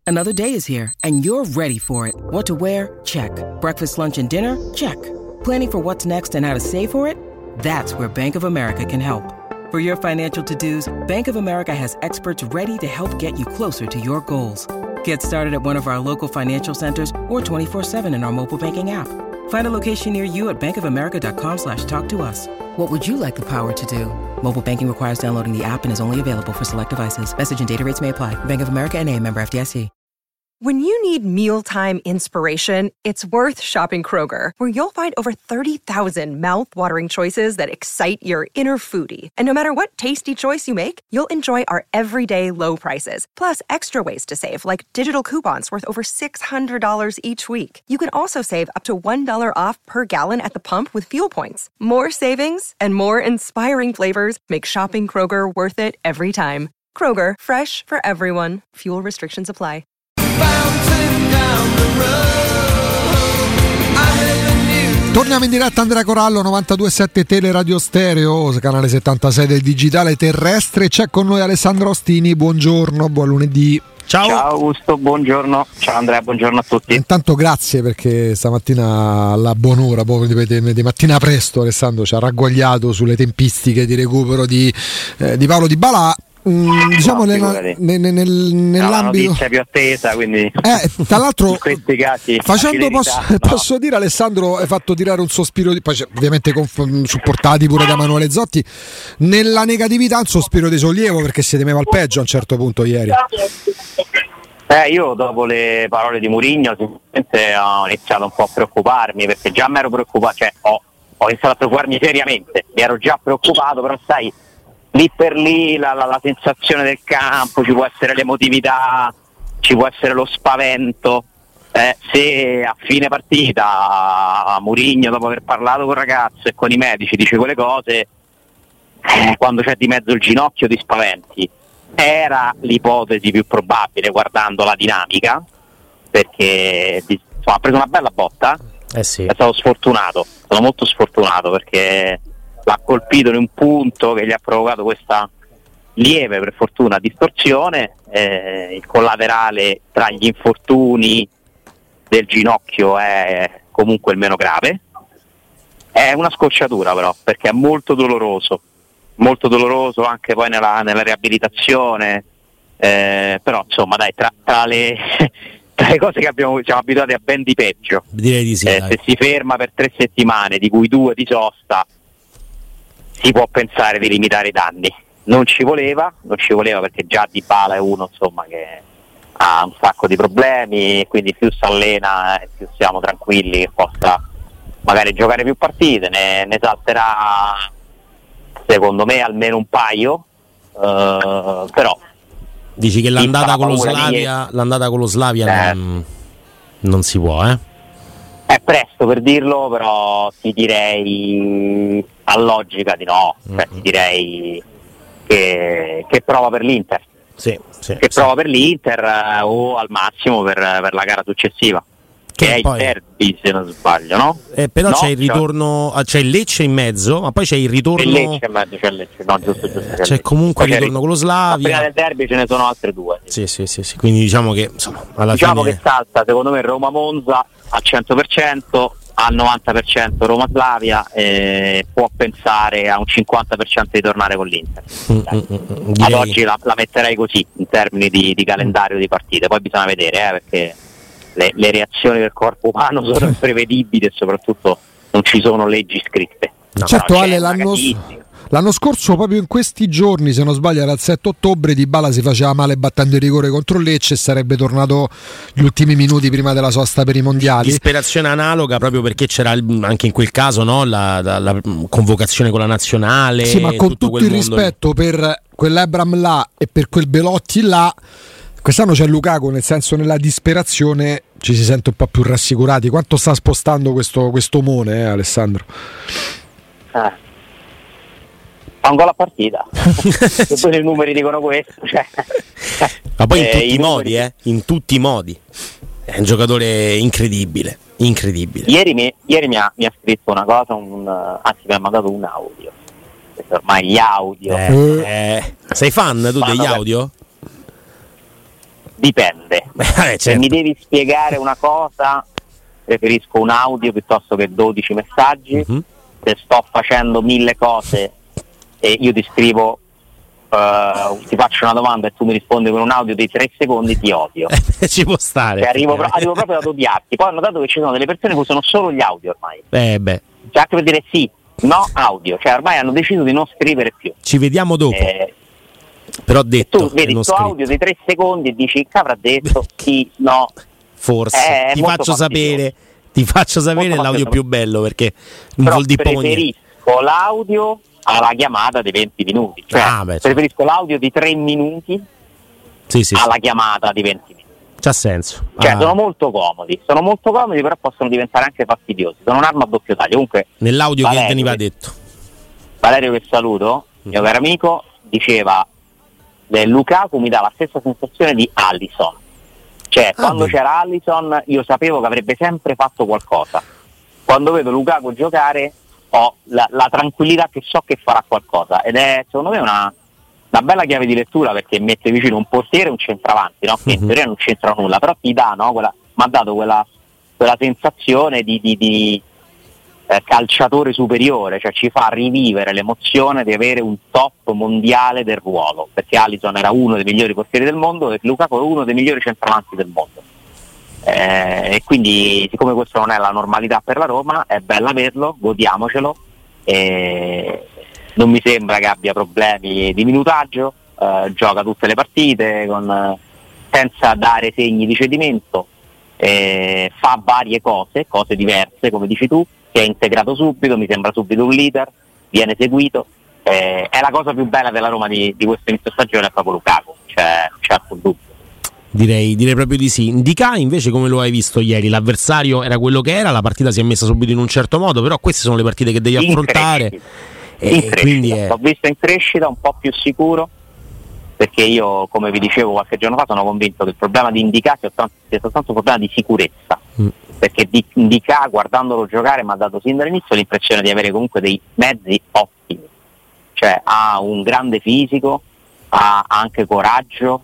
Another day is here, and you're ready for it. What to wear? Check. Breakfast, lunch, and dinner? Check. Planning for what's next and how to save for it? That's where Bank of America can help. For your financial to-dos, Bank of America has experts ready to help get you closer to your goals. Get started at one of our local financial centers or 24/7 in our mobile banking app. Find a location near you at bankofamerica.com/talktous. What would you like the power to do? Mobile banking requires downloading the app and is only available for select devices. Message and data rates may apply. Bank of America N.A., member FDIC. When you need mealtime inspiration, it's worth shopping Kroger, where you'll find over 30,000 mouth-watering choices that excite your inner foodie. And no matter what tasty choice you make, you'll enjoy our everyday low prices, plus extra ways to save, like digital coupons worth over $600 each week. You can also save up to $1 off per gallon at the pump with fuel points. More savings and more inspiring flavors make shopping Kroger worth it every time. Kroger, fresh for everyone. Fuel restrictions apply. Torniamo in diretta, Andrea Corallo, 92.7 Teleradio Stereo, canale 76 del digitale terrestre. C'è con noi Alessandro Ostini, buongiorno, buon lunedì. Ciao Augusto, buongiorno. Ciao Andrea, buongiorno a tutti. Intanto grazie, perché stamattina alla buon'ora, proprio di mattina presto, Alessandro ci ha ragguagliato sulle tempistiche di recupero di Paolo Dybala. Diciamo nell'ambito, la notizia più attesa, quindi tra l'altro in questi casi posso dire, Alessandro, hai fatto tirare un sospiro poi ovviamente supportati pure da Manuele Zotti, nella negatività un sospiro di sollievo, perché si temeva il peggio a un certo punto ieri. Io dopo le parole di Mourinho sicuramente ho iniziato un po' a preoccuparmi, perché già mi ero preoccupato, cioè ho iniziato a preoccuparmi seriamente, mi ero già preoccupato, però sai, lì per lì la sensazione del campo, ci può essere l'emotività, ci può essere lo spavento, se a fine partita Mourinho, dopo aver parlato con il ragazzo e con i medici, dice quelle cose, quando c'è di mezzo il ginocchio ti spaventi. Era l'ipotesi più probabile guardando la dinamica, perché ha preso una bella botta, sì. È stato sfortunato, sono molto sfortunato, perché l'ha colpito in un punto che gli ha provocato questa lieve, per fortuna, distorsione. Il collaterale tra gli infortuni del ginocchio è comunque il meno grave. È una scocciatura però, perché è molto doloroso anche poi nella riabilitazione, però insomma dai, tra le cose che siamo abituati a ben di peggio, direi di sì, se si ferma per 3 settimane, di cui 2 di sosta, si può pensare di limitare i danni. Non ci voleva, perché già Dybala è uno, insomma, che ha un sacco di problemi, e quindi più si allena e più siamo tranquilli che possa magari giocare più partite. Ne salterà secondo me almeno un paio, però dici che l'andata con lo Slavia non si può, È presto per dirlo, però ti direi a logica di no, ti direi che prova per l'Inter, prova per l'Inter, o al massimo per la gara successiva, che è poi il derby, se non sbaglio, no? Però c'è il ritorno, c'è il Lecce in mezzo, ma poi c'è il ritorno. Il Lecce in mezzo, c'è il Lecce, no, giusto. C'è comunque il ritorno con lo Slavia. Prima del derby ce ne sono altre 2. Sì. Quindi diciamo che insomma alla fine che salta secondo me Roma-Monza al 100%, al 90% Roma-Slavia, può pensare a un 50% di tornare con l'Inter. Ad oggi la metterei così in termini di calendario di partite, poi bisogna vedere, perché le reazioni del corpo umano sono imprevedibili e soprattutto non ci sono leggi scritte. Certo, Ale, l'anno scorso, proprio in questi giorni, se non sbaglio era il 7 ottobre, Dybala si faceva male battendo il rigore contro il Lecce e sarebbe tornato gli ultimi minuti prima della sosta per i mondiali. Disperazione analoga, proprio perché c'era anche in quel caso, no, la convocazione con la nazionale. Sì, ma con tutto il rispetto per quell'Ebram là e per quel Belotti là, quest'anno c'è Lukaku, nel senso, nella disperazione ci si sente un po' più rassicurati. Quanto sta spostando questo omone, Alessandro? Fa un gol a partita. Poi i numeri dicono questo, ma poi in tutti i modi è un giocatore incredibile. Ieri mi ha scritto una cosa, anzi mi ha mandato un audio, perché ormai gli audio sei fan tu degli audio? dipende. Certo. Se mi devi spiegare una cosa, preferisco un audio piuttosto che 12 messaggi. Se sto facendo 1000 cose e io ti scrivo, ti faccio una domanda e tu mi rispondi con un audio di 3 secondi, ti odio. Ci può stare. Arrivo proprio ad odiarti. Poi ho notato che ci sono delle persone che usano solo gli audio ormai. Beh. Cioè, anche per dire sì, no, audio. Cioè ormai hanno deciso di non scrivere più. Ci vediamo dopo. Però detto, tu vedi questo audio di 3 secondi e dici che avrà detto sì, no. Forse ti faccio sapere l'audio più bello, perché non vuol dire poco niente. Preferisco l'audio alla chiamata di 20 minuti, cioè preferisco l'audio di 3 minuti alla chiamata di 20 minuti. C'ha senso. Cioè sono molto comodi, però possono diventare anche fastidiosi. Sono un'arma a doppio taglio. Comunque nell'audio Valerio, che veniva detto, Valerio, che saluto, mio caro amico, diceva Lukaku mi dà la stessa sensazione di Alisson. Cioè quando c'era Alisson io sapevo che avrebbe sempre fatto qualcosa. Quando vedo Lukaku giocare ho la tranquillità che so che farà qualcosa, ed è secondo me una bella chiave di lettura, perché mette vicino un portiere e un centravanti, no? Che in teoria non c'entrano nulla, però ti dà, no? Mi ha dato quella sensazione di calciatore superiore, cioè ci fa rivivere l'emozione di avere un top mondiale del ruolo, perché Alisson era uno dei migliori portieri del mondo e Lukaku è uno dei migliori centravanti del mondo, e quindi siccome questo non è la normalità per la Roma, è bello averlo, godiamocelo, non mi sembra che abbia problemi di minutaggio, gioca tutte le partite senza dare segni di cedimento, fa varie cose diverse, come dici tu, che è integrato subito, mi sembra subito un leader, viene seguito, è la cosa più bella della Roma di questo inizio stagione, è proprio Lukaku, c'è alcun dubbio. Direi proprio di sì. Ndicà invece come lo hai visto ieri? L'avversario era quello che era, la partita si è messa subito in un certo modo, però queste sono le partite che devi affrontare. Quindi l'ho visto in crescita, un po' più sicuro, perché io, come vi dicevo qualche giorno fa, sono convinto che il problema di Ndicà sia soltanto un problema di sicurezza, perché Ndicà, guardandolo giocare, mi ha dato sin dall'inizio l'impressione di avere comunque dei mezzi ottimi, cioè ha un grande fisico, ha anche coraggio,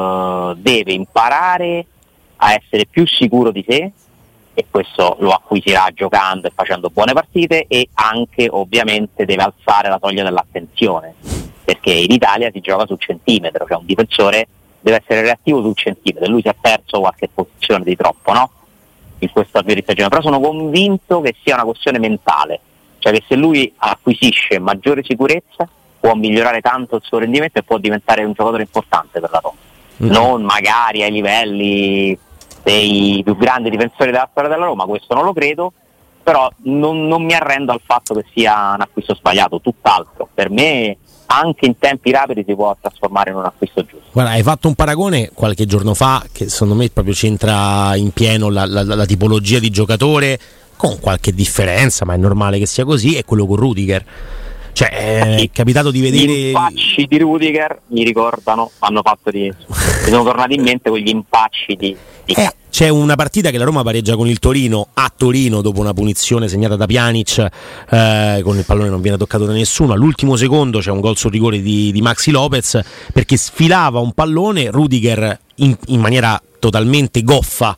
deve imparare a essere più sicuro di sé, e questo lo acquisirà giocando e facendo buone partite, e anche ovviamente deve alzare la soglia dell'attenzione, perché in Italia si gioca sul centimetro, cioè un difensore deve essere reattivo sul centimetro, e lui si è perso qualche posizione di troppo, no? In questo avvio di stagione. Però sono convinto che sia una questione mentale, cioè che se lui acquisisce maggiore sicurezza può migliorare tanto il suo rendimento e può diventare un giocatore importante per la Roma, non magari ai livelli dei più grandi difensori della storia della Roma, questo non lo credo, però non mi arrendo al fatto che sia un acquisto sbagliato, tutt'altro. Per me anche in tempi rapidi si può trasformare in un acquisto giusto. Guarda, hai fatto un paragone qualche giorno fa che secondo me proprio c'entra in pieno la tipologia di giocatore, con qualche differenza, ma è normale che sia così, è quello con Rudiger. Cioè è capitato di vedere gli impacci di Rudiger, mi ricordano, mi sono tornati in mente quegli impacci di c'è una partita che la Roma pareggia con il Torino a Torino dopo una punizione segnata da Pjanic, con il pallone non viene toccato da nessuno, all'ultimo secondo c'è un gol sul rigore di Maxi Lopez, perché sfilava un pallone, Rudiger in maniera totalmente goffa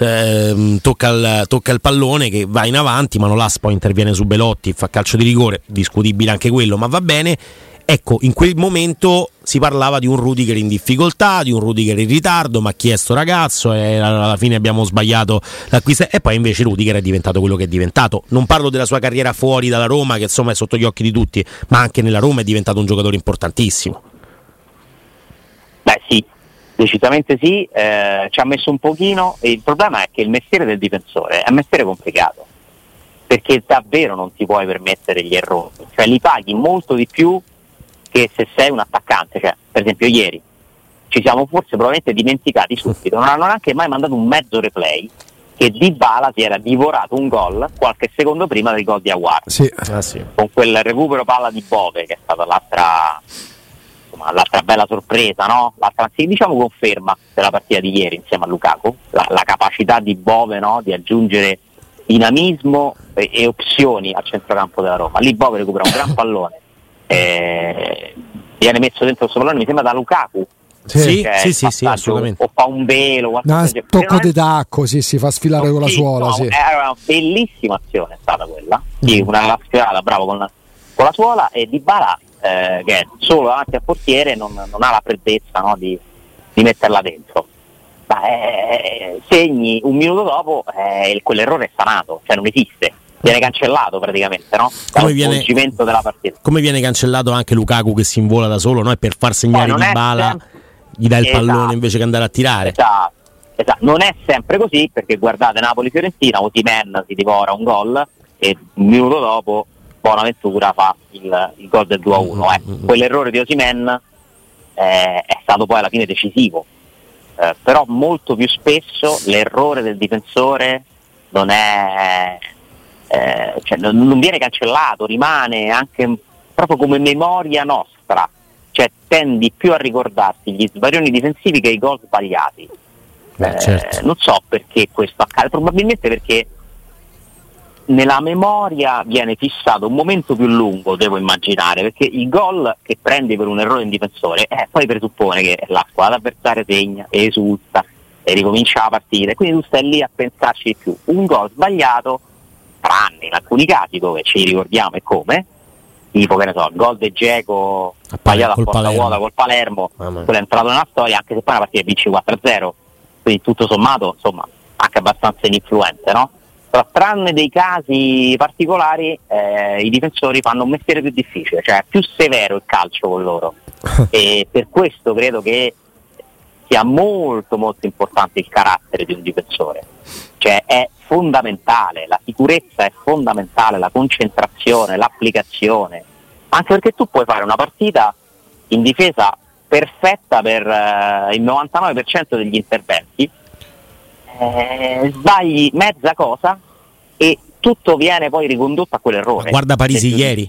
tocca il pallone che va in avanti, Manolas poi interviene su Belotti, fa calcio di rigore, discutibile anche quello, ma va bene. Ecco, in quel momento si parlava di un Rudiger in difficoltà, di un Rudiger in ritardo, ma chi è sto ragazzo? E alla fine abbiamo sbagliato l'acquisto. E poi invece Rudiger è diventato quello che è diventato. Non parlo della sua carriera fuori dalla Roma, che insomma è sotto gli occhi di tutti, ma anche nella Roma è diventato un giocatore importantissimo. Beh sì, decisamente sì, ci ha messo un pochino, e il problema è che il mestiere del difensore è un mestiere complicato, perché davvero non ti puoi permettere gli errori, cioè li paghi molto di più che se sei un attaccante. Cioè, per esempio ieri ci siamo forse probabilmente dimenticati subito, non hanno neanche mai mandato un mezzo replay che Dybala si era divorato un gol qualche secondo prima del gol di Aouar, sì. Con quel recupero palla di Bove, che è stata l'altra bella sorpresa, no? L'altra, diciamo, conferma della partita di ieri insieme a Lukaku, la capacità di Bove, no? Di aggiungere dinamismo e opzioni al centrocampo della Roma. Lì Bove recupera un gran pallone, viene messo dentro questo pallone, mi sembra da Lukaku, Sì, assolutamente. O fa un velo, tocco di tacco, si fa sfilare con la suola. Sì. Era una bellissima azione, è stata quella. Sì, una sfilata, bravo, con la suola, e Dybala che è solo davanti al portiere non ha la freddezza, no, di metterla dentro. Ma segni un minuto dopo, quell'errore è sanato, cioè non esiste. Viene cancellato praticamente, no? Come svolgimento della partita. Come viene cancellato anche Lukaku che si invola da solo, no? E per far segnare Dybala gli dà il pallone invece che andare a tirare. Esatto. Non è sempre così, perché guardate Napoli-Fiorentina, Osimhen si divora un gol e un minuto dopo Bonaventura fa il gol del 2-1. Quell'errore di Osimhen è stato poi alla fine decisivo, però molto più spesso l'errore del difensore non è... cioè non viene cancellato, rimane anche proprio come memoria nostra, cioè tendi più a ricordarti gli sbarioni difensivi che i gol sbagliati. Certo. Non so perché questo accade, probabilmente perché nella memoria viene fissato un momento più lungo, devo immaginare, perché il gol che prendi per un errore in difensore poi presuppone che la squadra avversaria segna, esulta e ricomincia la partita, quindi tu stai lì a pensarci di più. Un gol sbagliato, tranne in alcuni casi dove ci ricordiamo e come, tipo che ne so, il gol di Dzeko sbagliato a porta vuota col Palermo, quello è entrato nella storia, anche se poi la partita vince 4-0, quindi tutto sommato insomma anche abbastanza ininfluente, no? Però tranne dei casi particolari i difensori fanno un mestiere più difficile, cioè è più severo il calcio con loro e per questo credo che sia molto molto importante il carattere di un difensore, cioè è fondamentale, la sicurezza è fondamentale, la concentrazione, l'applicazione, anche perché tu puoi fare una partita in difesa perfetta per il 99% degli interventi, sbagli mezza cosa e tutto viene poi ricondotto a quell'errore. Guarda Parisi ieri.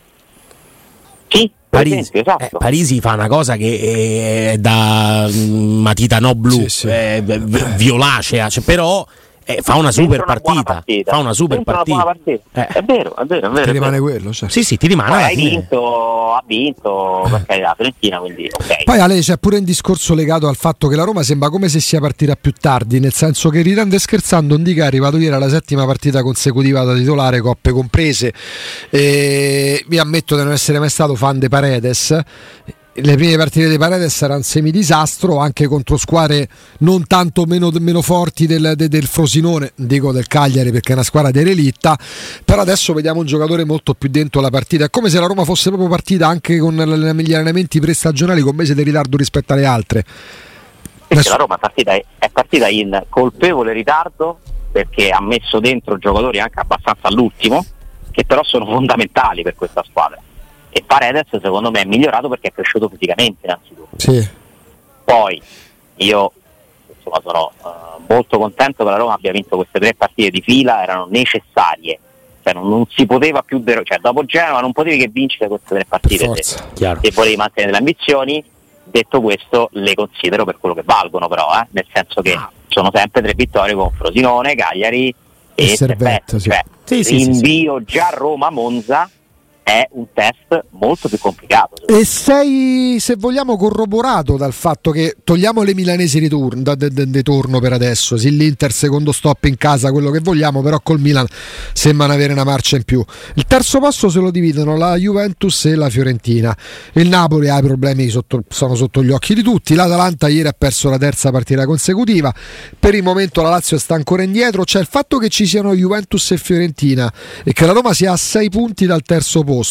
Sì, Parisi, esatto. Parisi fa una cosa che è da matita no blu, violacea, cioè, però fa una super partita. Fa una super partita. È vero. Ti rimane quello, cioè. Sì, ti rimane. Ha vinto per carità la Fiorentina, quindi okay. Poi Ale c'è pure un discorso legato al fatto che la Roma sembra come se sia partita più tardi, nel senso che ridendo e scherzando Ndicà è arrivato ieri alla 7ª partita consecutiva da titolare, coppe comprese. Vi ammetto di non essere mai stato fan di Paredes. Le prime partite di Paredes erano un semidisastro anche contro squadre non tanto meno forti del Frosinone, dico del Cagliari perché è una squadra derelitta, però adesso vediamo un giocatore molto più dentro la partita. È come se la Roma fosse proprio partita anche con gli allenamenti prestagionali con mese di ritardo rispetto alle altre. La Roma è partita in colpevole ritardo perché ha messo dentro giocatori anche abbastanza all'ultimo che però sono fondamentali per questa squadra. E Paredes secondo me è migliorato perché è cresciuto fisicamente innanzitutto. Sì. Poi io insomma sono molto contento che la Roma abbia vinto queste 3 partite di fila, erano necessarie, cioè non si poteva più cioè dopo Genova non potevi che vincere queste 3 partite se volevi mantenere le ambizioni. Detto questo, le considero per quello che valgono però, nel senso che sono sempre 3 vittorie con Frosinone, Cagliari e Servette, cioè rinvio già Roma-Monza è un test molto più complicato. E sei, se vogliamo, corroborato dal fatto che togliamo le milanesi di torno per adesso, sì, l'Inter secondo stop in casa, quello che vogliamo, però col Milan sembrano avere una marcia in più. Il terzo posto se lo dividono la Juventus e la Fiorentina. Il Napoli ha i problemi sono sotto gli occhi di tutti. L'Atalanta ieri ha perso la 3ª partita consecutiva. Per il momento la Lazio sta ancora indietro. C'è il fatto che ci siano Juventus e Fiorentina e che la Roma sia a 6 punti dal terzo posto.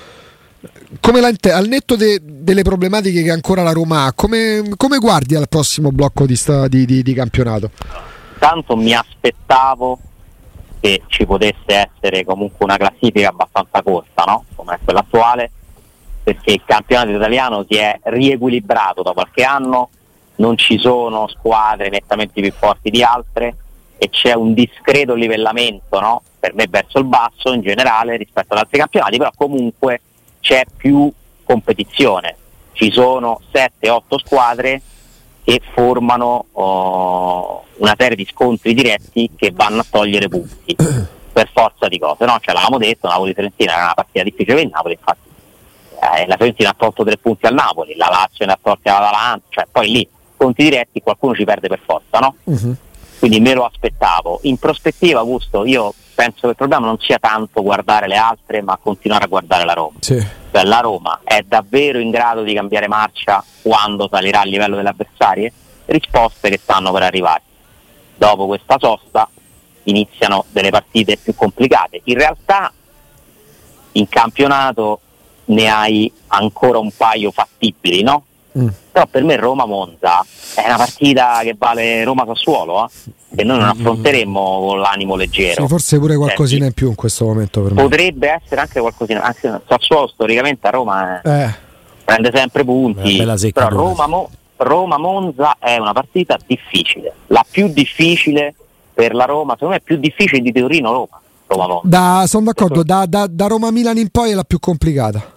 Come al netto delle problematiche che ancora la Roma ha, come guardi al prossimo blocco di campionato? Tanto mi aspettavo che ci potesse essere comunque una classifica abbastanza corta, no? Come è quella attuale, perché il campionato italiano si è riequilibrato da qualche anno, non ci sono squadre nettamente più forti di altre e c'è un discreto livellamento, no? Per me verso il basso in generale rispetto ad altri campionati, però comunque c'è più competizione, ci sono 7-8 squadre che formano una serie di scontri diretti che vanno a togliere punti per forza di cose, no? Cioè l'avevamo detto, Napoli-Fiorentina era una partita difficile per il Napoli, infatti la Fiorentina ha tolto 3 punti al Napoli, la Lazio ne ha tolti all'Atalanta, cioè poi lì conti diretti qualcuno ci perde per forza, no? Quindi me lo aspettavo. In prospettiva, Augusto, io penso che il problema non sia tanto guardare le altre, ma continuare a guardare la Roma. Sì. Cioè, la Roma è davvero in grado di cambiare marcia quando salirà a livello delle avversarie? Risposte che stanno per arrivare. Dopo questa sosta iniziano delle partite più complicate. In realtà in campionato ne hai ancora un paio fattibili, no? Però per me Roma-Monza è una partita che vale Roma-Sassuolo, che noi non affronteremmo con l'animo leggero. Sì, forse pure qualcosina in più in questo momento per me. Potrebbe essere anche qualcosina, anche Sassuolo storicamente a Roma prende sempre punti, però Roma-Monza è una partita difficile, la più difficile per la Roma, secondo me è più difficile di Torino-Roma. Sono d'accordo, da Roma-Milan in poi è la più complicata.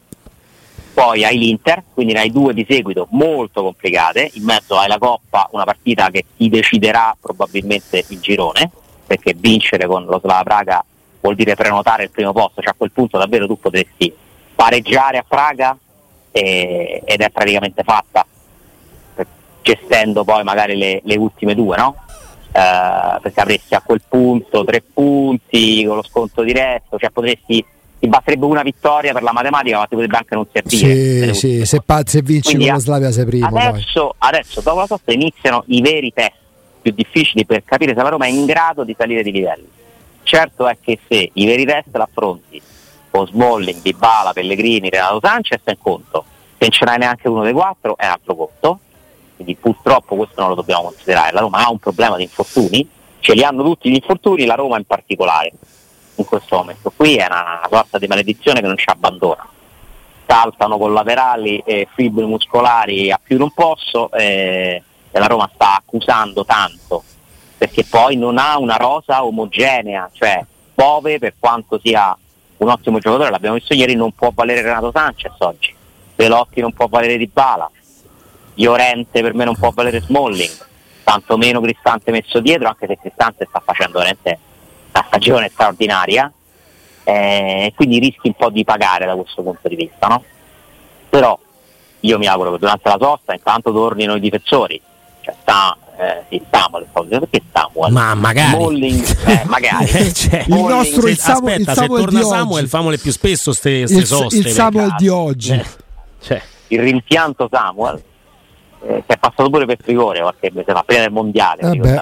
Poi hai l'Inter, quindi ne hai 2 di seguito molto complicate, in mezzo hai la Coppa, una partita che ti deciderà probabilmente il girone, perché vincere con lo Slavia Praga vuol dire prenotare il primo posto, cioè a quel punto davvero tu potresti pareggiare a Praga ed è praticamente fatta, gestendo poi magari le ultime 2, no? Perché avresti a quel punto 3 punti con lo sconto diretto, cioè ti basterebbe una vittoria per la matematica, ma ti potrebbe anche non servire. Sì, se vinci quindi con lo Slavia sei primo. Adesso dopo la sosta iniziano i veri test più difficili per capire se la Roma è in grado di salire di livello. Certo è che se i veri test l'affronti con Smalling, Dybala, Pellegrini, Renato Sanchez è un conto, se non ce n'hai neanche uno dei 4 è un altro conto, quindi purtroppo questo non lo dobbiamo considerare. La Roma ha un problema di infortuni, ce li hanno tutti gli infortuni, la Roma in particolare in questo momento. Qui è una sorta di maledizione che non ci abbandona, saltano collaterali e fibri muscolari a più non posso, e la Roma sta accusando tanto perché poi non ha una rosa omogenea, cioè Bove, per quanto sia un ottimo giocatore, l'abbiamo visto ieri, non può valere Renato Sanchez oggi, Belotti non può valere Dybala, Llorente per me non può valere Smalling, tantomeno Cristante messo dietro, anche se Cristante sta facendo veramente una stagione straordinaria, quindi rischi un po' di pagare da questo punto di vista, no? Però io mi auguro che durante la sosta intanto tornino i difensori, cioè Samuel, perché Samuel? Ma magari magari cioè, se torna Samuel famole più spesso ste soste, il Samuel di oggi, il rimpianto Samuel che è passato pure per rigore qualche mese fa, prima del mondiale,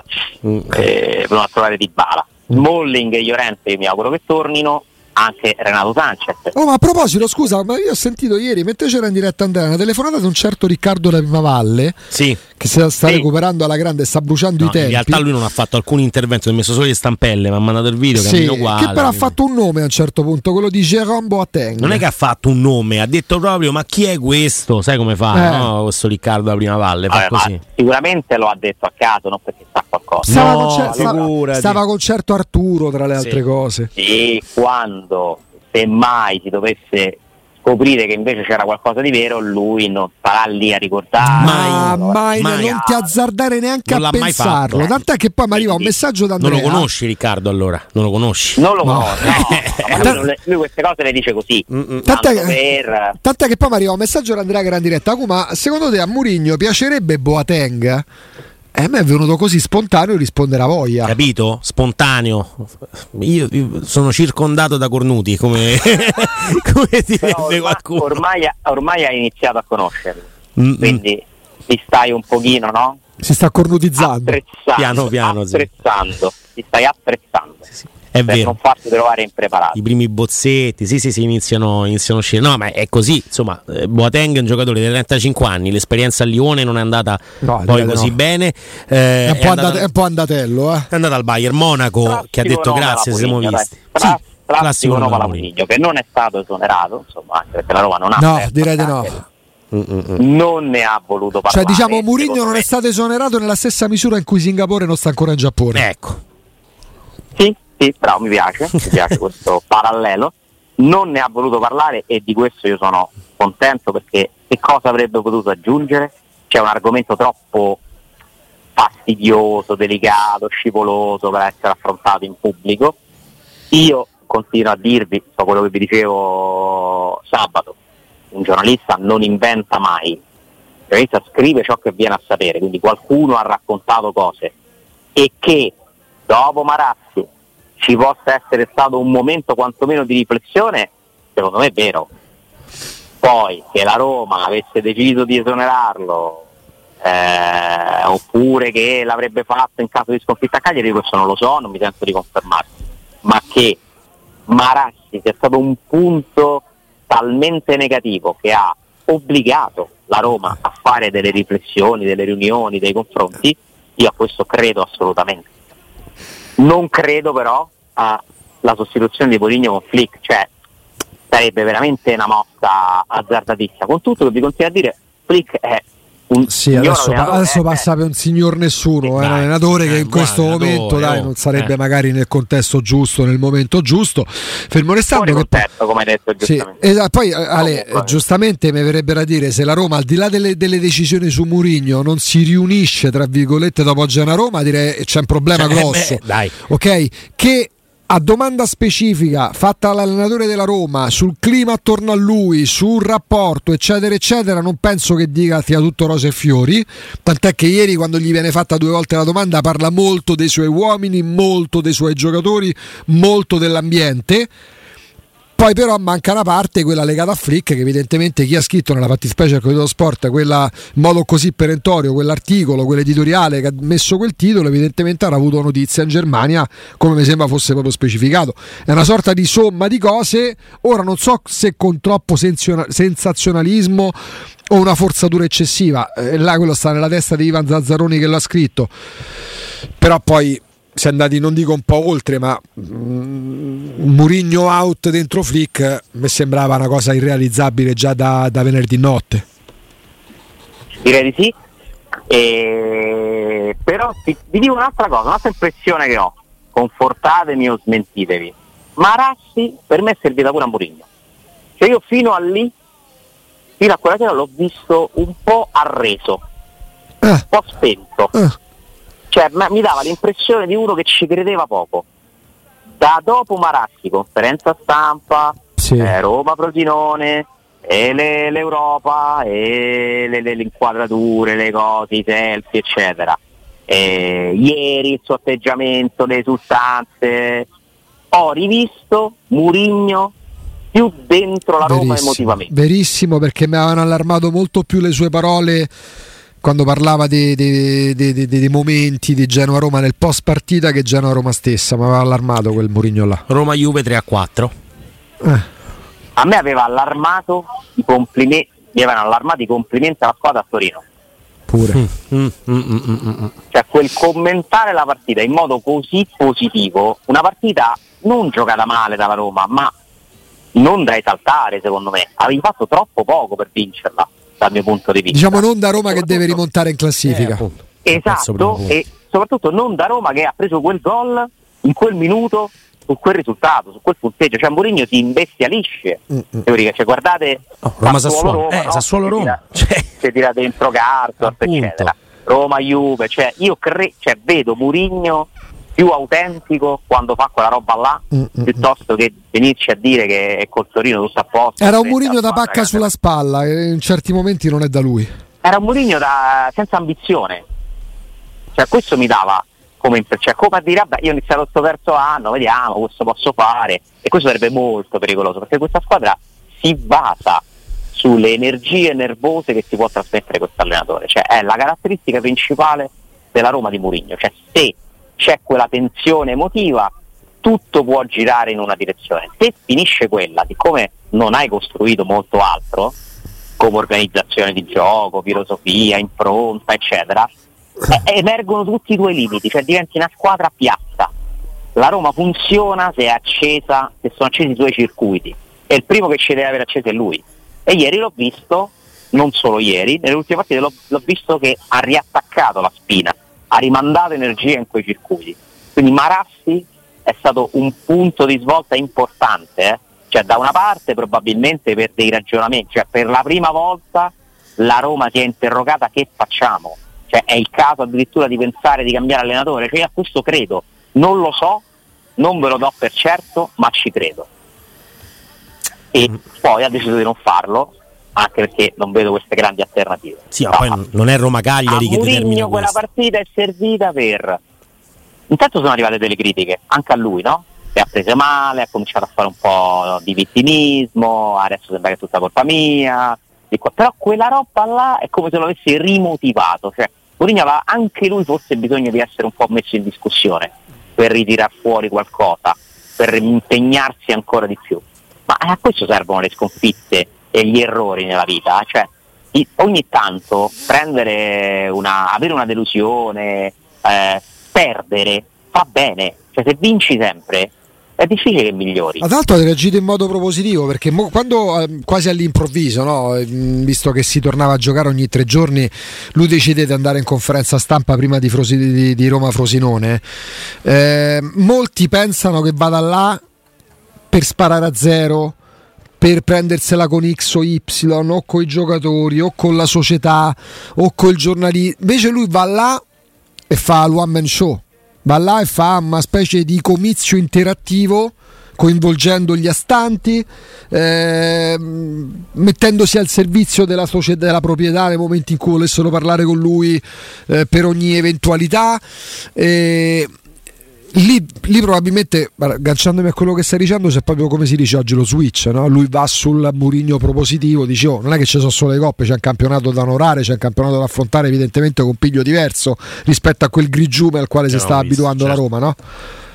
per non trovare Dybala. Smalling e Llorente io mi auguro che tornino, anche Renato Sanchez. Ma a proposito, scusa, ma io ho sentito ieri mentre c'era in diretta Andrea una telefonata di un certo Riccardo da Primavalle, che sta recuperando alla grande, sta bruciando i tempi. In realtà lui non ha fatto alcun intervento, ha messo solo le stampelle, ma ha mandato il video cammino uguale, che però ha fatto un nome a un certo punto, quello di Jérôme Boateng. Non è che ha fatto un nome, ha detto proprio ma chi è questo? Sai come fa, no? Questo Riccardo da Primavalle fa così. Sicuramente lo ha detto a caso, non perché sa qualcosa. Stava con certo Arturo tra le altre cose. Sì, quando se mai si dovesse scoprire che invece c'era qualcosa di vero, lui non starà lì a ricordare. Mai, non ti azzardare neanche a pensarlo. Tant'è che poi mi arriva un messaggio da Andrea. Non lo conosci Riccardo allora? Non lo conosci? Non lo conosco, no. Lui queste cose le dice così. Tant'è che poi mi arriva un messaggio da Andrea che era in diretta. Ma secondo te a Mourinho piacerebbe Boateng? A me è venuto così spontaneo rispondere a voglia. Capito? Spontaneo. Io sono circondato da cornuti, come direbbe qualcuno. Ormai hai iniziato a conoscerli. Quindi ti stai un pochino, no? Si sta cornutizzando. Piano. Ti stai attrezzando. Sì. È per vero. non farti trovare impreparato. I primi bozzetti, sì, iniziano a uscire. No, ma è così, insomma, Boateng è un giocatore di 35 anni, l'esperienza a Lione non è andata poi così bene. È un po' andatello. È andata al Bayern Monaco, classico, che ha detto grazie, siamo visti. Classico nome alla Mourinho, che non è stato esonerato, insomma, anche perché la Roma non ha. No, direi di no. Non ne ha voluto parlare. Cioè, diciamo, Mourinho non è stato esonerato nella stessa misura in cui Singapore non sta ancora in Giappone. Ecco. Sì, però mi piace questo parallelo. Non ne ha voluto parlare e di questo io sono contento, perché che cosa avrebbe potuto aggiungere? C'è un argomento troppo fastidioso, delicato, scivoloso per essere affrontato in pubblico. Io continuo a dirvi, so quello che vi dicevo sabato, un giornalista non inventa mai, il giornalista scrive ciò che viene a sapere, quindi qualcuno ha raccontato cose, e che dopo Marassi ci possa essere stato un momento quantomeno di riflessione, secondo me è vero. Poi che la Roma avesse deciso di esonerarlo, oppure che l'avrebbe fatto in caso di sconfitta a Cagliari, questo non lo so, non mi sento di confermarlo, ma che Marassi sia stato un punto talmente negativo che ha obbligato la Roma a fare delle riflessioni, delle riunioni, dei confronti, io a questo credo assolutamente. Non credo però alla sostituzione di Mourinho con Flick, cioè sarebbe veramente una mossa azzardatissima, con tutto che vi continuo a dire, Flick è un adesso passa per un signor nessuno, è un allenatore che in questo momento non sarebbe magari nel contesto giusto, nel momento giusto, fermo restando che contesto, come hai detto giustamente. Sì, poi Ale, giustamente mi verrebbe da dire, se la Roma al di là delle decisioni su Mourinho non si riunisce tra virgolette dopo Genoa-Roma, direi c'è un problema grosso, ok? Che a domanda specifica fatta all'allenatore della Roma sul clima attorno a lui, sul rapporto eccetera eccetera, non penso che dica sia tutto rose e fiori, tant'è che ieri quando gli viene fatta 2 volte la domanda parla molto dei suoi uomini, molto dei suoi giocatori, molto dell'ambiente. Poi però manca una parte, quella legata a Flick, che evidentemente chi ha scritto nella fattispecie del Corriere dello Sport quella in modo così perentorio, quell'articolo, quell'editoriale che ha messo quel titolo, evidentemente avrà avuto notizia in Germania, come mi sembra fosse proprio specificato. È una sorta di somma di cose, ora non so se con troppo sensazionalismo o una forzatura eccessiva, là quello sta nella testa di Ivan Zazzaroni che l'ha scritto, però poi si è andati, non dico un po' oltre, ma Mourinho out dentro Flick mi sembrava una cosa irrealizzabile già da venerdì notte. Direi di sì, però vi dico un'altra cosa, un'altra impressione che ho, confortatemi o smentitevi, Marassi per me è servita pure a Mourinho, cioè io fino a quella sera l'ho visto un po' arreso, un po' spento, cioè mi dava l'impressione di uno che ci credeva poco. Da dopo Marassi, conferenza stampa, Roma Frosinone, e l'Europa, e le inquadrature, le cose, i selfie eccetera, ieri il suo atteggiamento, le esultanze, ho rivisto Mourinho più dentro la Roma emotivamente. Verissimo, perché mi avevano allarmato molto più le sue parole quando parlava dei momenti di Genoa-Roma nel post partita che Genoa-Roma stessa. Mi aveva allarmato quel Mourinho là. Roma-Juve 3-4. A me aveva allarmato i complimenti, mi avevano allarmato i complimenti alla squadra a Torino pure. Cioè quel commentare la partita in modo così positivo, una partita non giocata male dalla Roma, ma non da esaltare, secondo me avevi fatto troppo poco per vincerla dal mio punto di vista, diciamo non da Roma che deve rimontare in classifica, esatto, e soprattutto non da Roma che ha preso quel gol in quel minuto su quel risultato, su quel punteggio, cioè Mourinho si imbestialisce, cioè guardate Sassuolo-Roma si tira dentro Carso eccetera, Roma-Juve, cioè io vedo Mourinho più autentico quando fa quella roba là, piuttosto che venirci a dire che è col Torino tutto a posto. Era un Mourinho da pacca sulla spalla, e in certi momenti non è da lui. Era un Mourinho senza ambizione, cioè questo mi dava come a dire vabbè, io ho iniziato questo terzo anno, vediamo questo posso fare, e questo sarebbe molto pericoloso, perché questa squadra si basa sulle energie nervose che si può trasmettere questo allenatore, cioè è la caratteristica principale della Roma di Mourinho, cioè se c'è quella tensione emotiva tutto può girare in una direzione, se finisce quella, siccome non hai costruito molto altro come organizzazione di gioco, filosofia, impronta eccetera, emergono tutti i tuoi limiti, cioè diventi una squadra piatta. La Roma funziona se è accesa, se sono accesi i suoi circuiti, e il primo che ci deve avere acceso è lui, e ieri l'ho visto, non solo ieri, nelle ultime partite l'ho visto che ha riattaccato la spina, ha rimandato energia in quei circuiti, quindi Marassi è stato un punto di svolta importante, cioè da una parte probabilmente per dei ragionamenti, cioè per la prima volta la Roma si è interrogata che facciamo, cioè è il caso addirittura di pensare di cambiare allenatore, cioè a questo credo, non lo so, non ve lo do per certo, ma ci credo, e poi ha deciso di non farlo, anche perché non vedo queste grandi alternative. Sì, ma poi non è Roma-Cagliari che determina quella questo. partita è servita per... Intanto sono arrivate delle critiche, anche a lui, no? Che ha preso male, ha cominciato a fare un po' di vittimismo, adesso sembra che è tutta colpa mia, però quella roba là è come se lo avesse rimotivato, cioè Mourinho aveva anche lui forse bisogno di essere un po' messo in discussione per ritirar fuori qualcosa, per impegnarsi ancora di più. Ma a questo servono le sconfitte e gli errori nella vita, cioè ogni tanto avere una delusione, perdere fa bene, cioè se vinci sempre è difficile che migliori. Tra l'altro hai reagito in modo propositivo, perché quando quasi all'improvviso, no? Visto che si tornava a giocare ogni 3 giorni, lui decide di andare in conferenza stampa prima di Roma-Frosinone, molti pensano che vada là per sparare a zero, per prendersela con X o Y, o con i giocatori, o con la società, o con il giornalista. Invece lui va là e fa l'one man show, va là e fa una specie di comizio interattivo coinvolgendo gli astanti, mettendosi al servizio della società, della proprietà nel momento in cui volessero parlare con lui per ogni eventualità. Lì probabilmente, agganciandomi a quello che stai dicendo, c'è proprio, come si dice oggi, lo switch, no? Lui va sul Mourinho propositivo, dice non è che ci sono solo le coppe, c'è un campionato da onorare, c'è un campionato da affrontare, evidentemente con piglio diverso rispetto a quel grigiume al quale si sta abituando la Roma, no?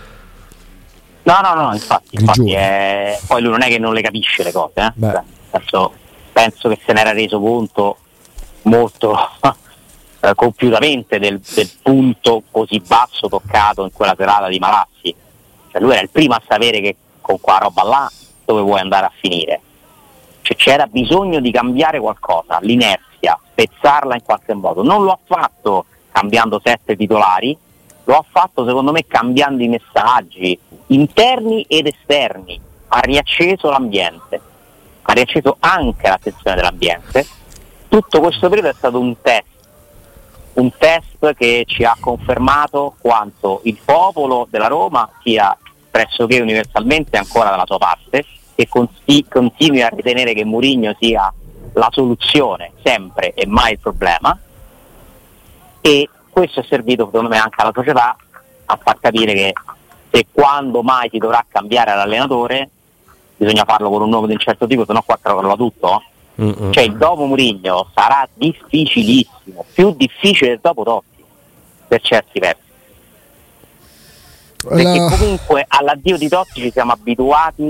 No, infatti poi lui non è che non le capisce le cose, penso che se ne era reso conto molto compiutamente del punto così basso toccato in quella serata di Malazzi. Cioè lui era il primo a sapere che con quella roba là dove vuoi andare a finire, cioè c'era bisogno di cambiare qualcosa, l'inerzia, spezzarla in qualche modo. Non lo ha fatto cambiando 7 titolari, lo ha fatto secondo me cambiando i messaggi interni ed esterni, ha riacceso l'ambiente, ha riacceso anche l'attenzione dell'ambiente. Tutto questo periodo è stato un test che ci ha confermato quanto il popolo della Roma sia pressoché universalmente ancora dalla sua parte e continui a ritenere che Mourinho sia la soluzione sempre e mai il problema, e questo è servito secondo me anche alla società a far capire che se quando mai si dovrà cambiare l'allenatore bisogna farlo con un nome di un certo tipo, se no qua crolla tutto. Cioè il dopo Mourinho sarà difficilissimo, più difficile del dopo Totti per certi versi, perché comunque all'addio di Totti ci siamo abituati,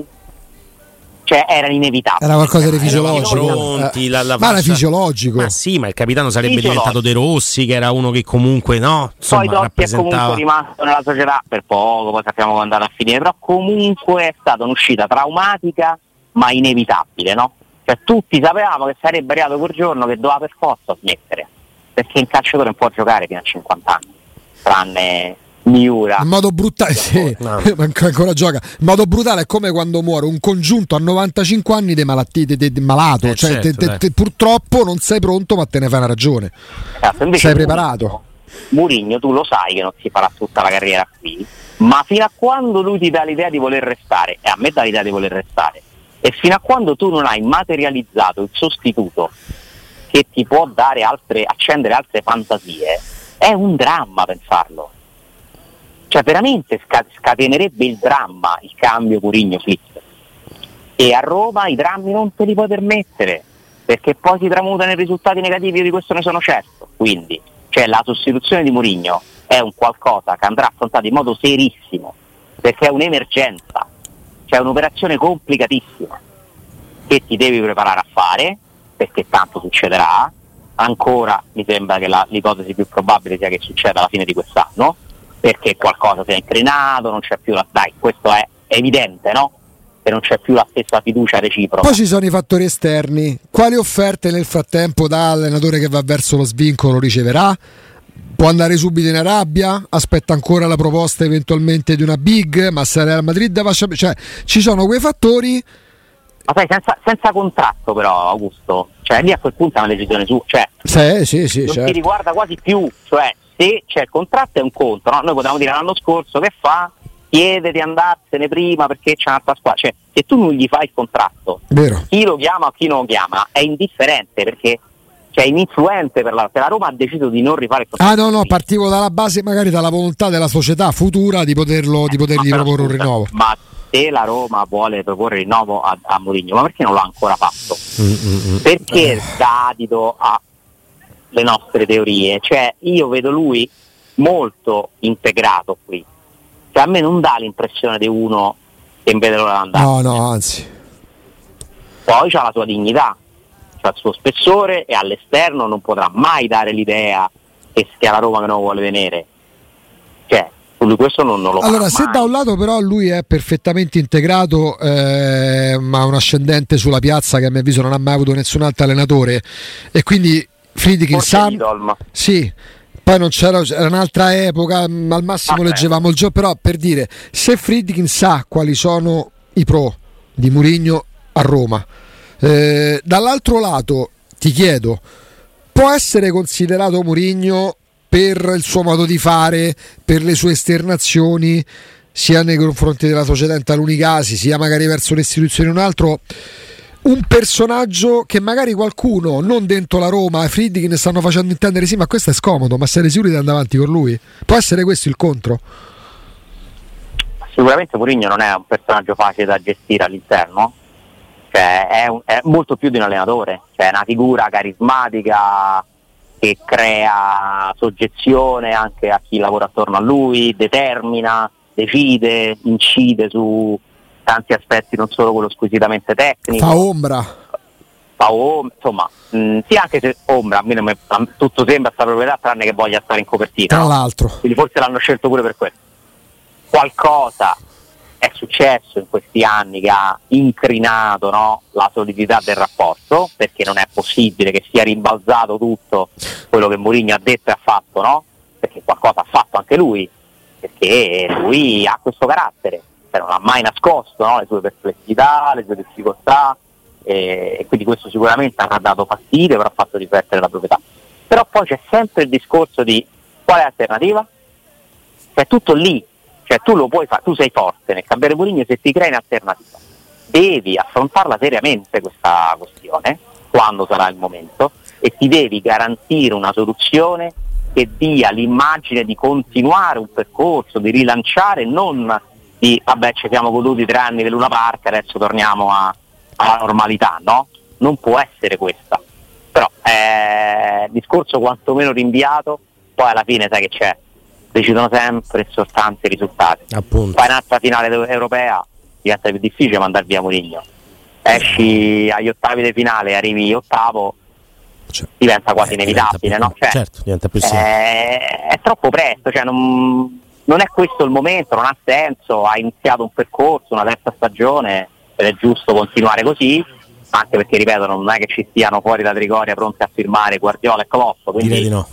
cioè era inevitabile, era qualcosa di fisiologico, ma era fisiologico. Ma sì, ma il capitano sarebbe diventato De Rossi, che era uno che comunque insomma, poi Totti è comunque rimasto nella società per poco, poi sappiamo come è andata a finire, però comunque è stata un'uscita traumatica ma inevitabile, no? Cioè tutti sapevamo che sarebbe arrivato quel giorno che doveva per forza smettere, perché il calciatore non può giocare fino a 50 anni, tranne Miura. In modo brutale, sì, ancora gioca. In modo brutale è come quando muore un congiunto a 95 anni di malattie, malato, cioè certo, purtroppo non sei pronto, ma te ne fai una ragione. Sei preparato. Mourinho, tu lo sai che non si farà tutta la carriera qui, ma fino a quando lui ti dà l'idea di voler restare, e a me dà l'idea di voler restare, e fino a quando tu non hai materializzato il sostituto che ti può dare accendere altre fantasie, è un dramma pensarlo. Cioè veramente scatenerebbe il dramma il cambio Mourinho-Flick, e a Roma i drammi non te li puoi permettere, perché poi si tramutano in risultati negativi, io di questo ne sono certo. Quindi la sostituzione di Mourinho è un qualcosa che andrà affrontato in modo serissimo, perché è un'emergenza, c'è un'operazione complicatissima che ti devi preparare a fare, perché tanto succederà. Ancora mi sembra che l'ipotesi più probabile sia che succeda alla fine di quest'anno, perché qualcosa si è inclinato, non c'è più questo è evidente, no? Che non c'è più la stessa fiducia reciproca. Poi ci sono i fattori esterni. Quali offerte nel frattempo da allenatore che va verso lo svincolo riceverà? Può andare subito in Arabia? Aspetta ancora la proposta eventualmente di una big, ma se Real Madrid cioè ci sono quei fattori. Ma sai, senza contratto però, Augusto, cioè lì a quel punto è una decisione su, cioè sì, non certo. ti riguarda quasi più, cioè se c'è il contratto è un conto, no? Noi potevamo dire l'anno scorso che fa, chiede di andarsene prima perché c'è un'altra squadra, cioè se tu non gli fai il contratto, vero, chi lo chiama o chi non lo chiama è indifferente, perché è ininfluente per la Roma ha deciso di non rifare il contratto. No, partivo dalla base, magari dalla volontà della società futura di potergli proporre un rinnovo. Ma se la Roma vuole proporre il rinnovo a Mourinho, ma perché non l'ha ancora fatto? Perché dà adito alle nostre teorie? Cioè, io vedo lui molto integrato qui, cioè a me non dà l'impressione di uno che in vede l'ora di andare. No, anzi. Poi c'ha la sua dignità, c'ha il suo spessore, e all'esterno non potrà mai dare l'idea che sia la Roma che non vuole venire. Cioè, lui questo non lo fa. Allora, se mai. da un lato però lui è perfettamente integrato, ma un ascendente sulla piazza che a mio avviso non ha mai avuto nessun altro allenatore, e quindi Friedkin sa, sì, poi non era un'altra epoca, al massimo leggevamo il gioco, però per dire, se Friedkin sa quali sono i pro di Mourinho a Roma, dall'altro lato ti chiedo, può essere considerato Mourinho per il suo modo di fare, per le sue esternazioni sia nei confronti della società in taluni casi, sia magari verso le istituzioni un altro, un personaggio che magari qualcuno non dentro la Roma e Friedkin stanno facendo intendere sì, ma questo è scomodo, ma siete sicuri di andare avanti con lui? Può essere questo il contro? Sicuramente Mourinho non è un personaggio facile da gestire all'interno, cioè è molto più di un allenatore, cioè è una figura carismatica che crea soggezione anche a chi lavora attorno a lui, determina, decide, incide su tanti aspetti, non solo quello squisitamente tecnico. Fa ombra, insomma, sì, anche se ombra, a me tutto sembra sta proprietà tranne che voglia stare in copertina. Tra l'altro. Quindi forse l'hanno scelto pure per quello. Qualcosa è successo in questi anni che ha incrinato, no, la solidità del rapporto, perché non è possibile che sia rimbalzato tutto quello che Mourinho ha detto e ha fatto, no? Perché qualcosa ha fatto anche lui, perché lui ha questo carattere, cioè non ha mai nascosto, no, le sue perplessità, le sue difficoltà, e quindi questo sicuramente ha dato fastidio, però ha fatto riflettere la proprietà. Però poi c'è sempre il discorso di qual è l'alternativa? Cioè tutto lì. Cioè tu lo puoi fare, tu sei forte nel cambiare Mourinho se ti crei un'alternativa. Devi affrontarla seriamente questa questione, quando sarà il momento, e ti devi garantire una soluzione che dia l'immagine di continuare un percorso, di rilanciare, non di vabbè ci siamo goduti 3 anni del Luna Park, adesso torniamo alla normalità, no? Non può essere questa. Però discorso quantomeno rinviato, poi alla fine sai che c'è, decidono sempre e soltanto i risultati. Appunto. Fai un'altra finale europea, diventa più difficile mandare via Mourinho. Esci agli ottavi di finale, arrivi ottavo, diventa quasi inevitabile, no? Cioè, certo, diventa più è troppo presto, cioè non è questo il momento, non ha senso, ha iniziato un percorso, una terza stagione, ed è giusto continuare così, anche perché ripeto, non è che ci stiano fuori da Trigoria pronti a firmare Guardiola e Klopp, quindi direi di no.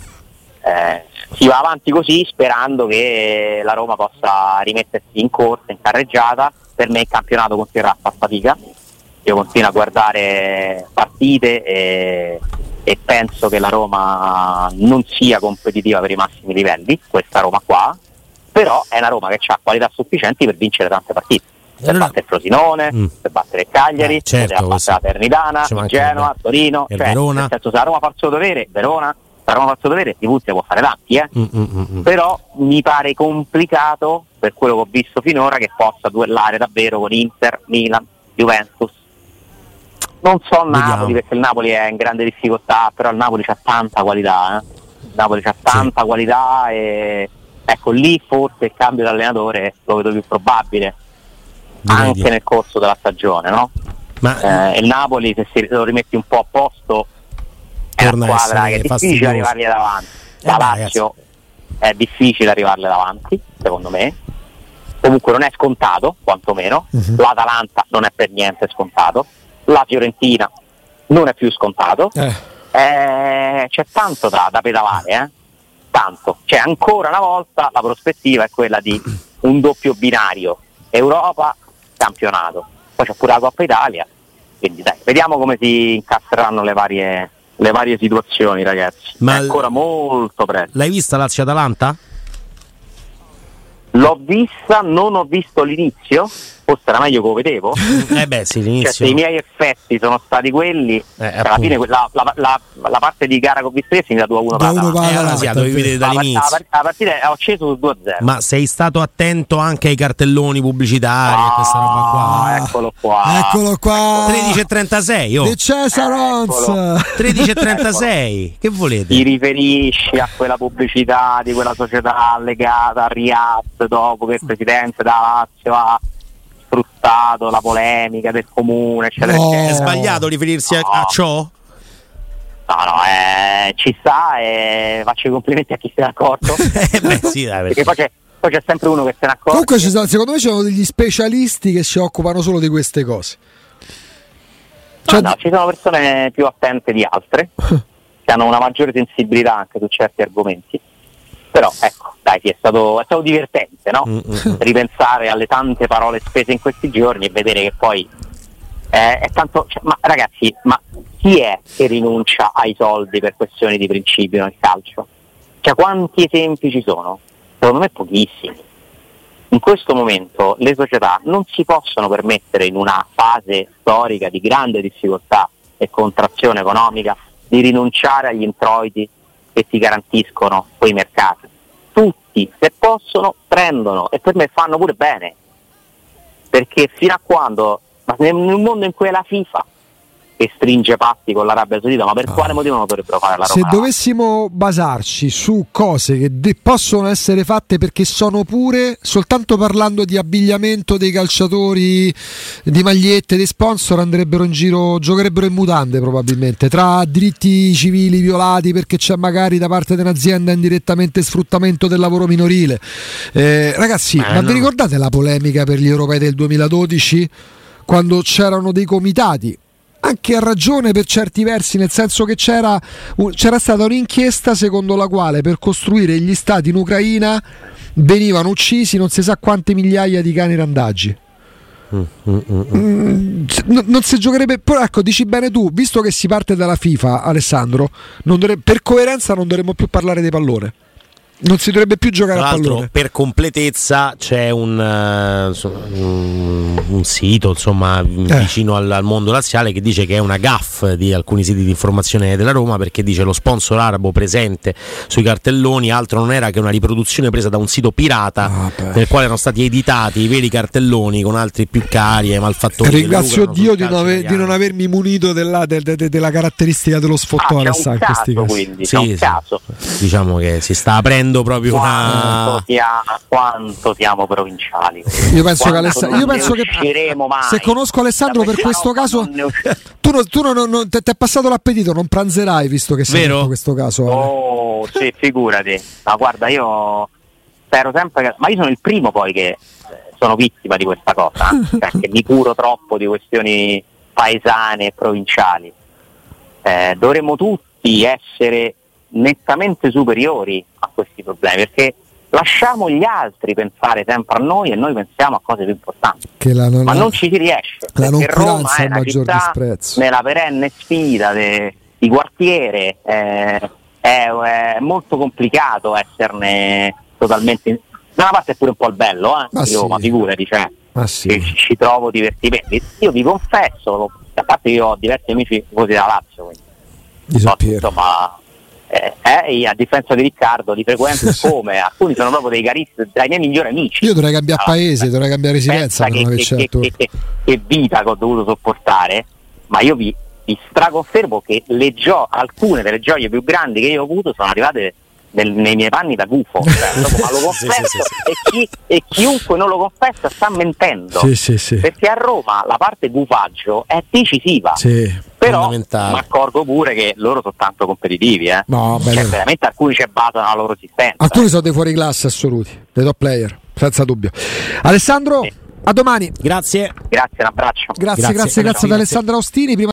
Si va avanti così sperando che la Roma possa rimettersi in corsa, in carreggiata. Per me il campionato continuerà a far fatica, io continuo a guardare partite e penso che la Roma non sia competitiva per i massimi livelli, questa Roma qua, però è una Roma che ha qualità sufficienti per vincere tante partite, per battere il Frosinone, per battere il Cagliari, certo, per battere la Ternitana, Genoa, Torino, il cioè, Verona. nel senso, se la Roma fa il suo dovere, Verona, la Roma fa il suo dovere, di punti può fare tanti, però mi pare complicato, per quello che ho visto finora, che possa duellare davvero con Inter, Milan, Juventus. Non so Napoli, perché il Napoli è in grande difficoltà, però il Napoli c'ha tanta qualità, il Napoli c'ha tanta qualità, e ecco lì forse il cambio di allenatore lo vedo più probabile, anche nel corso della stagione, no? Ma il Napoli, se lo rimetti un po' a posto, è una squadra che è difficile arrivargli davanti. La Lazio è difficile arrivarle davanti, secondo me. Comunque non è scontato, quantomeno. L'Atalanta non è per niente scontato. La Fiorentina non è più scontato. C'è tanto da pedalare, tanto. Cioè ancora una volta la prospettiva è quella di un doppio binario: Europa, campionato. Poi c'è pure la Coppa Italia. Quindi dai, vediamo come si incastreranno le varie situazioni, ragazzi. Ma è ancora molto presto. L'hai vista Lazio-Atalanta? L'ho L'ho vista, non ho visto l'inizio, forse era meglio che lo vedevo. Sì, l'inizio. Cioè, se i miei effetti sono stati quelli, alla fine la parte di gara che ho visto è finita 2-1 dovevi vedere dall'inizio. La partita ho acceso su 2-0. Ma sei stato attento anche ai cartelloni pubblicitari e questa roba qua? Eccolo qua. 13:36, De Cesarons. 13:36. Che volete? Ti riferisci a quella pubblicità di quella società legata a Riyadh dopo che il presidente della Lazio ha sfruttato la polemica del comune, eccetera, eccetera. È sbagliato riferirsi a ciò? No, ci sta, e faccio i complimenti a chi se n'è accorto. Perché poi c'è sempre uno che se ne accorge. Comunque secondo me ci sono degli specialisti che si occupano solo di queste cose. No, ci sono persone più attente di altre che hanno una maggiore sensibilità anche su certi argomenti. Però ecco, dai, è stato divertente, no? Ripensare alle tante parole spese in questi giorni e vedere che poi è tanto. Ma ragazzi, ma chi è che rinuncia ai soldi per questioni di principio nel calcio? Cioè, quanti esempi ci sono? Secondo me pochissimi. In questo momento le società non si possono permettere, in una fase storica di grande difficoltà e contrazione economica, di rinunciare agli introiti che ti garantiscono quei mercati. Tutti, se possono, prendono, e per me fanno pure bene, perché fino a quando, ma nel mondo in cui è la FIFA che stringe patti con l'Arabia Saudita, ma per quale motivo non dovrebbero fare la Roma? Se dovessimo basarci su cose che possono essere fatte perché sono pure, soltanto parlando di abbigliamento dei calciatori, di magliette, dei sponsor, andrebbero in giro, giocherebbero in mutande probabilmente, tra diritti civili violati perché c'è magari da parte di un'azienda indirettamente sfruttamento del lavoro minorile. Ragazzi, ma vi ricordate la polemica per gli europei del 2012 quando c'erano dei comitati? Anche a ragione per certi versi, nel senso che c'era stata un'inchiesta secondo la quale per costruire gli stati in Ucraina venivano uccisi non si sa quante migliaia di cani randaggi. Non si giocherebbe. Però ecco, dici bene tu, visto che si parte dalla FIFA, Alessandro, per coerenza non dovremmo più parlare di pallone. Non si dovrebbe più giocare a pallone. Per completezza c'è un sito, insomma, vicino al mondo laziale, che dice che è una gaffe di alcuni siti di informazione della Roma, perché dice lo sponsor arabo presente sui cartelloni altro non era che una riproduzione presa da un sito pirata nel quale erano stati editati i veri cartelloni con altri più cari ai malfattori. Ringrazio Dio di non avermi munito della caratteristica dello sfottone. C'è un caso, quindi c'è un caso. Diciamo che si sta aprendo proprio quanto siamo provinciali. Io penso che se conosco Alessandro per questo caso tu non ti è passato l'appetito, non pranzerai visto che sei in questo caso. Oh, sì, figurati. Ma guarda, io spero sempre che, ma io sono il primo poi che sono vittima di questa cosa, perché mi curo troppo di questioni paesane e provinciali. Dovremmo tutti essere nettamente superiori a questi problemi, perché lasciamo gli altri pensare sempre a noi e noi pensiamo a cose più importanti, ma non ci si riesce, perché Roma è una città nella perenne sfida di quartiere, è molto complicato esserne totalmente da una parte è pure un po' il bello di Roma, figurati, cioè, ci trovo divertimenti. Io vi confesso, a parte che io ho diversi amici tifosi della Lazio, quindi insomma, a differenza di Riccardo li frequento come alcuni sono proprio dei caristi, tra i miei migliori amici. Io dovrei cambiare paese, dovrei cambiare residenza per non aver certo. Che vita che ho dovuto sopportare, ma io vi straconfermo che alcune delle gioie più grandi che io ho avuto sono arrivate nei miei panni da gufo, ma lo confesso, e chiunque non lo confessa sta mentendo, perché a Roma la parte gufaggio è decisiva, però mi accorgo pure che loro sono tanto competitivi, veramente alcuni ci basano la loro esistenza, alcuni sono dei fuori classe assoluti, dei top player senza dubbio. Alessandro, a domani. Grazie, un abbraccio. Grazie ad Alessandro Austini. Prima